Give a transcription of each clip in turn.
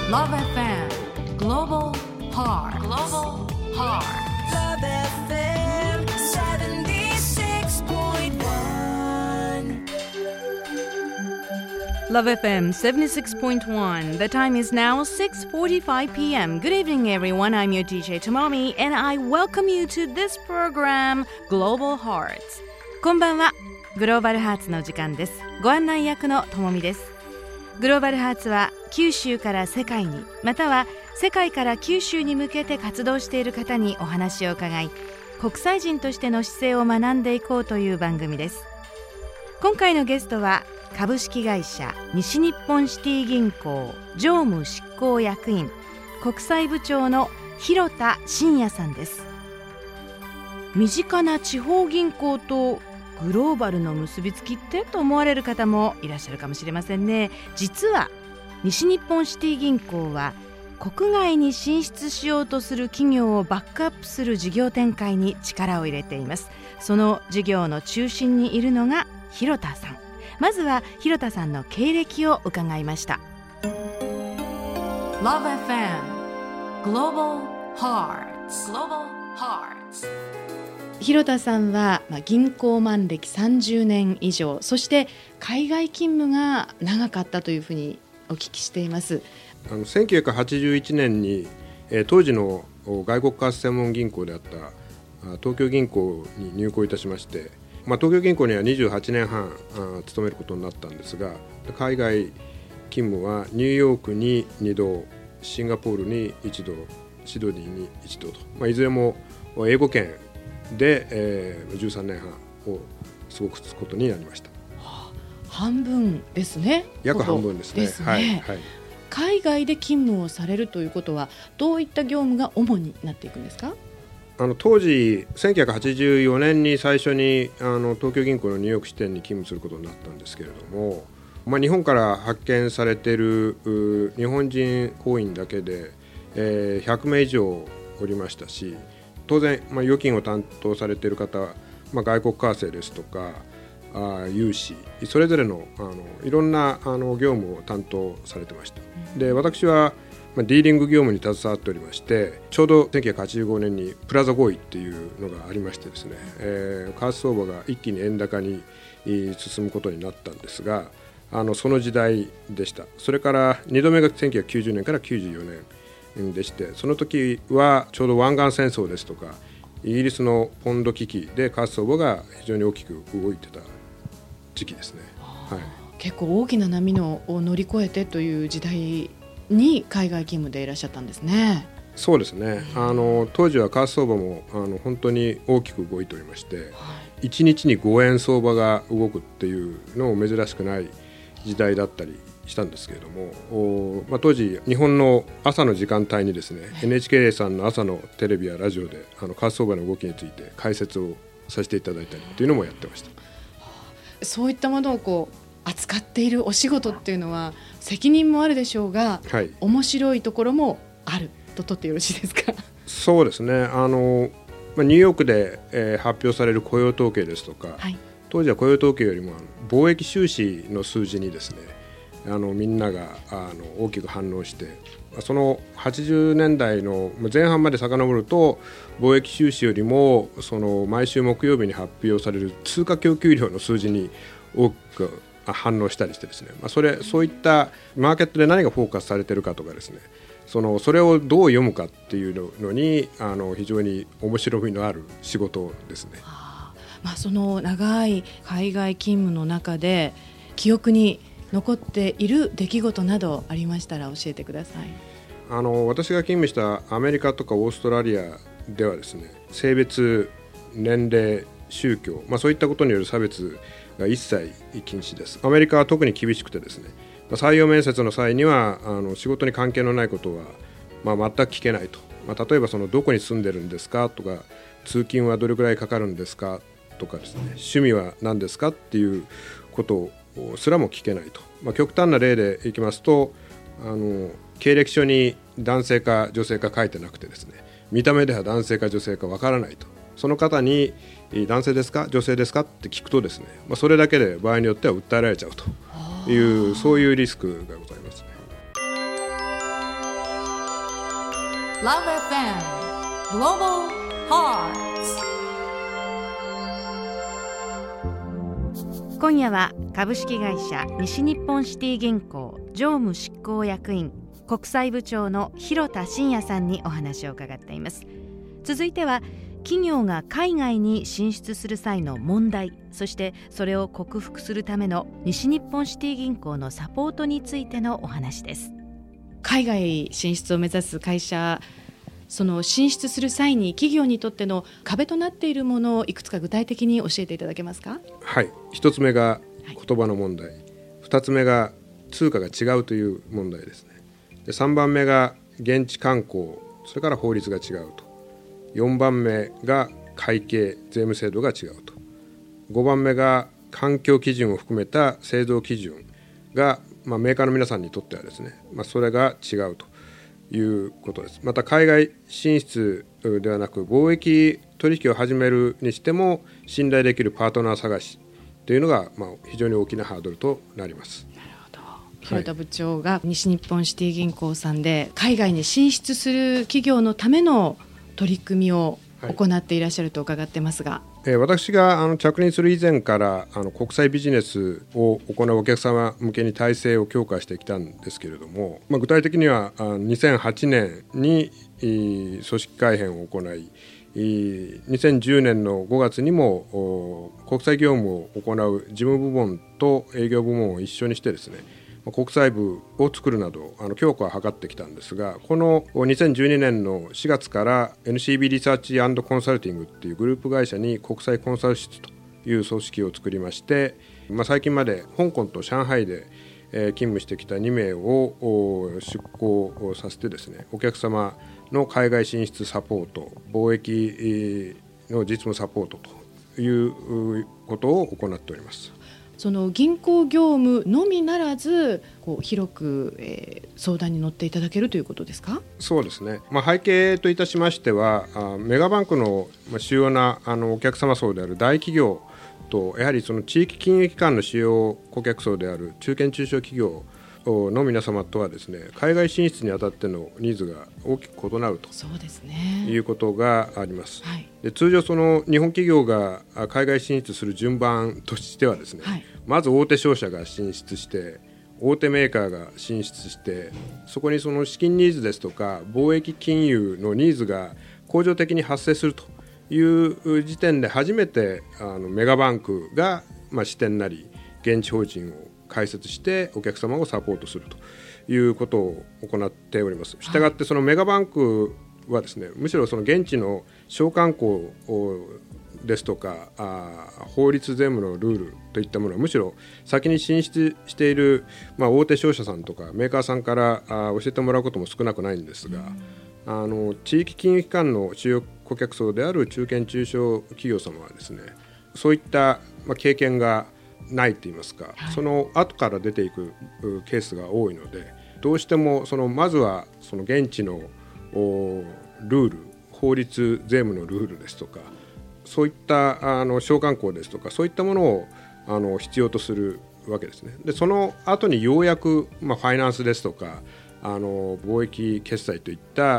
Love FM Global Heart. Global Heart. Love FM 76.1. Love FM 76.1. The time is now 6:45 p.m. Good evening, everyone. I'm your DJ Tomomi, and I welcome you to this program, Global Hearts. こんばんは。グローバルハーツの時間です。ご案内役のともみです。グローバルハーツは九州から世界に、または世界から九州に向けて活動している方にお話を伺い、国際人としての姿勢を学んでいこうという番組です。今回のゲストは株式会社西日本シティ銀行常務執行役員国際部長の広田真也さんです。身近な地方銀行とグローバルの結びつきってと思われる方もいらっしゃるかもしれませんね。実は西日本シティ銀行は国外に進出しようとする企業をバックアップする事業展開に力を入れています。その事業の中心にいるのが広田さん。まずは広田さんの経歴を伺いました。 Love FM Global Hearts。 Global Hearts。広田さんは銀行マン歴30年以上、そして海外勤務が長かったというふうにお聞きしています。 1981年に、当時の外国為替専門銀行であった東京銀行に入行いたしまして、東京銀行には28年半勤めることになったんですが、海外勤務はニューヨークに2度、シンガポールに1度、シドニーに1度と、いずれも英語圏で、13年半を過ごすことになりました。 半分ですね。 約半分ですね。はいはい、 海外で勤務をされるということはどういった業務が主になっていくんですか？ 当時1984年に最初に東京銀行のニューヨーク支店に勤務することになったんですけれども、日本から派遣されている日本人行員だけで、100名以上おりましたし、当然、預金を担当されている方は、外国為替ですとか融資、それぞれの、いろんな業務を担当されてました。で、私はディーリング業務に携わっておりまして、ちょうど1985年にプラザ合意っていうのがありましてですね、為替相場が一気に円高に進むことになったんですが、その時代でした。それから2度目が1990年から94年でして、その時はちょうど湾岸戦争ですとかイギリスのポンド危機で為替相場が非常に大きく動いてた時期ですね。はい、 結構大きな波を乗り越えてという時代に海外勤務でいらっしゃったんですね。 そうですね。当時は為替相場も本当に大きく動いておりまして、1日に5円相場が動くっていうのも珍しくない時代だったりしたんですけれども、当時日本の朝の時間帯にですね、NHK さんの朝のテレビやラジオで為替相場の動きについて解説をさせていただいたりっていうのもやってました。 そういったものを扱っているお仕事っていうのは責任もあるでしょうが、面白いところもあると取ってよろしいですか？ そうですね。ニューヨークで、発表される雇用統計ですとか、当時は雇用統計よりも貿易収支の数字にですね、みんなが大きく反応して、その80年代の前半まで遡ると、貿易収支よりもその毎週木曜日に発表される通貨供給量の数字に多く反応したりしてですね、そういったマーケットで何がフォーカスされているかとかですね、それをどう読むかっていうのに非常に面白みのある仕事ですね。 その長い海外勤務の中で記憶に残っている出来事などありましたら教えてください。 私が勤務したアメリカとかオーストラリアではですね、性別、年齢、宗教、そういったことによる差別が一切禁止です。アメリカは特に厳しくてですね、採用面接の際には仕事に関係のないことは、全く聞けないと。例えばどこに住んでるんですかとか、通勤はどれくらいかかるんですかとかですね、趣味は何ですかっていうことすらも聞けないと。極端な例でいきますと、経歴書に男性か女性か書いてなくてですね、見た目では男性か女性かわからないと。その方に男性ですか女性ですかって聞くとですね、それだけで場合によっては訴えられちゃうという、そういうリスクがございますね。 Love FM Global Hearts。今夜は株式会社西日本シティ銀行常務執行役員国際部長の広田真也さんにお話を伺っています。続いては企業が海外に進出する際の問題、そしてそれを克服するための西日本シティ銀行のサポートについてのお話です。海外進出を目指す会社、その進出する際に企業にとっての壁となっているものをいくつか具体的に教えていただけますか？ はい、一つ目が言葉の問題、二つ目が通貨が違うという問題ですね。で、3番目が現地観光、それから法律が違うと。4番目が会計税務制度が違うと。5番目が環境基準を含めた製造基準が、メーカーの皆さんにとってはですね、それが違うということです。また海外進出ではなく貿易取引を始めるにしても信頼できるパートナー探しというのが、非常に大きなハードルとなります。 なるほど。広田部長が西日本シティ銀行さんで海外に進出する企業のための取り組みを行っていらっしゃると伺ってますが、 私が着任する以前から国際ビジネスを行うお客様向けに体制を強化してきたんですけれども、具体的には2008年に組織改編を行い、2010年の5月にも国際業務を行う事務部門と営業部門を一緒にしてですね、国際部を作るなど強化を図ってきたんですが、この2012年の4月から NCB リサーチ&コンサルティングというグループ会社に国際コンサル室という組織を作りまして、最近まで香港と上海で勤務してきた2名を出向させてですね、お客様の海外進出サポート、貿易の実務サポートということを行っております。 その銀行業務のみならず広く、相談に乗っていただけるということですか？ そうですね、背景といたしましてはメガバンクの主要なお客様層である大企業と、やはりその地域金融機関の主要顧客層である中堅中小企業の皆様とはですね、海外進出にあたってのニーズが大きく異なるということがあります。で、通常その日本企業が海外進出する順番としてはですね、まず大手商社が進出して大手メーカーが進出して、そこにその資金ニーズですとか貿易金融のニーズが恒常的に発生するという時点で初めてメガバンクが支店なり現地法人を開設してお客様をサポートするということを行っております。したがってそのメガバンクはですね、むしろその現地の商慣行ですとか法律税務のルールといったものはむしろ先に進出している、大手商社さんとかメーカーさんから教えてもらうことも少なくないんですが、地域金融機関の主要顧客層である中堅中小企業様はですね、そういった、経験がないといいますか、その後から出ていくケースが多いので、どうしてもまずはその現地のルール、法律税務のルールですとか、そういった商慣行ですとか、そういったものを必要とするわけですね。で、その後にようやく、ファイナンスですとか貿易決済といった、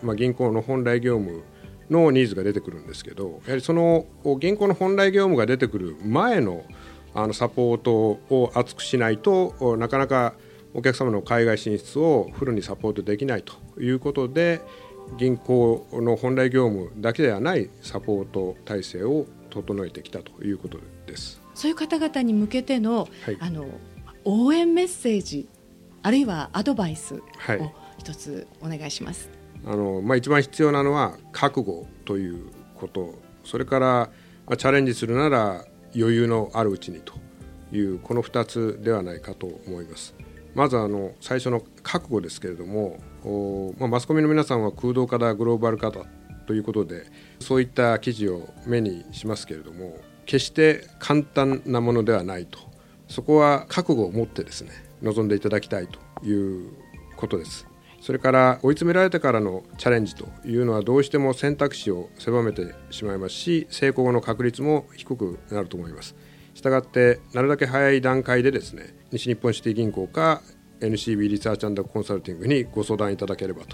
銀行の本来業務のニーズが出てくるんですけど、やはりその銀行の本来業務が出てくる前のサポートを厚くしないとなかなかお客様の海外進出をフルにサポートできないということで、銀行の本来業務だけではないサポート体制を整えてきたということです。 そういう方々に向けての、応援メッセージあるいはアドバイスを一つお願いします。 一番必要なのは覚悟ということ、それから、チャレンジするなら余裕のあるうちにというこの2つではないかと思います。まず最初の覚悟ですけれども、マスコミの皆さんは空洞化だグローバル化だということでそういった記事を目にしますけれども、決して簡単なものではないと、そこは覚悟を持ってですね臨んでいただきたいということです。それから追い詰められてからのチャレンジというのはどうしても選択肢を狭めてしまいますし、成功の確率も低くなると思います。したがってなるだけ早い段階でですね、西日本シティ銀行か NCB リサーチ&コンサルティングにご相談いただければと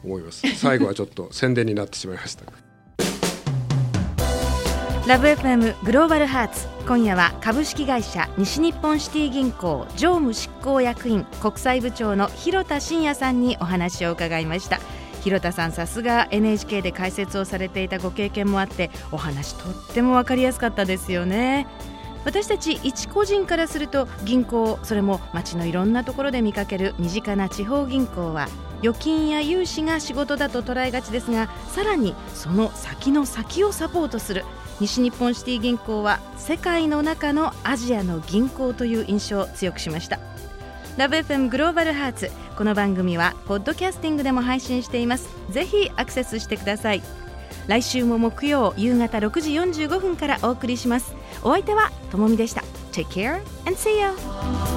思います。最後はちょっと宣伝になってしまいました。 ラブ FM グローバルハーツ、今夜は株式会社西日本シティ銀行常務執行役員国際部長の広田真也さんにお話を伺いました。広田さん、さすが NHK で解説をされていたご経験もあってお話とっても分かりやすかったですよね。私たち一個人からすると銀行、それも街のいろんなところで見かける身近な地方銀行は預金や融資が仕事だと捉えがちですが、さらにその先の先をサポートする西日本シティ銀行は世界の中のアジアの銀行という印象を強くしました。ラブ FM グローバルハーツ、この番組はポッドキャスティングでも配信しています。ぜひアクセスしてください。来週も木曜夕方6時45分からお送りします。お相手はともみでした。 Take care and see you.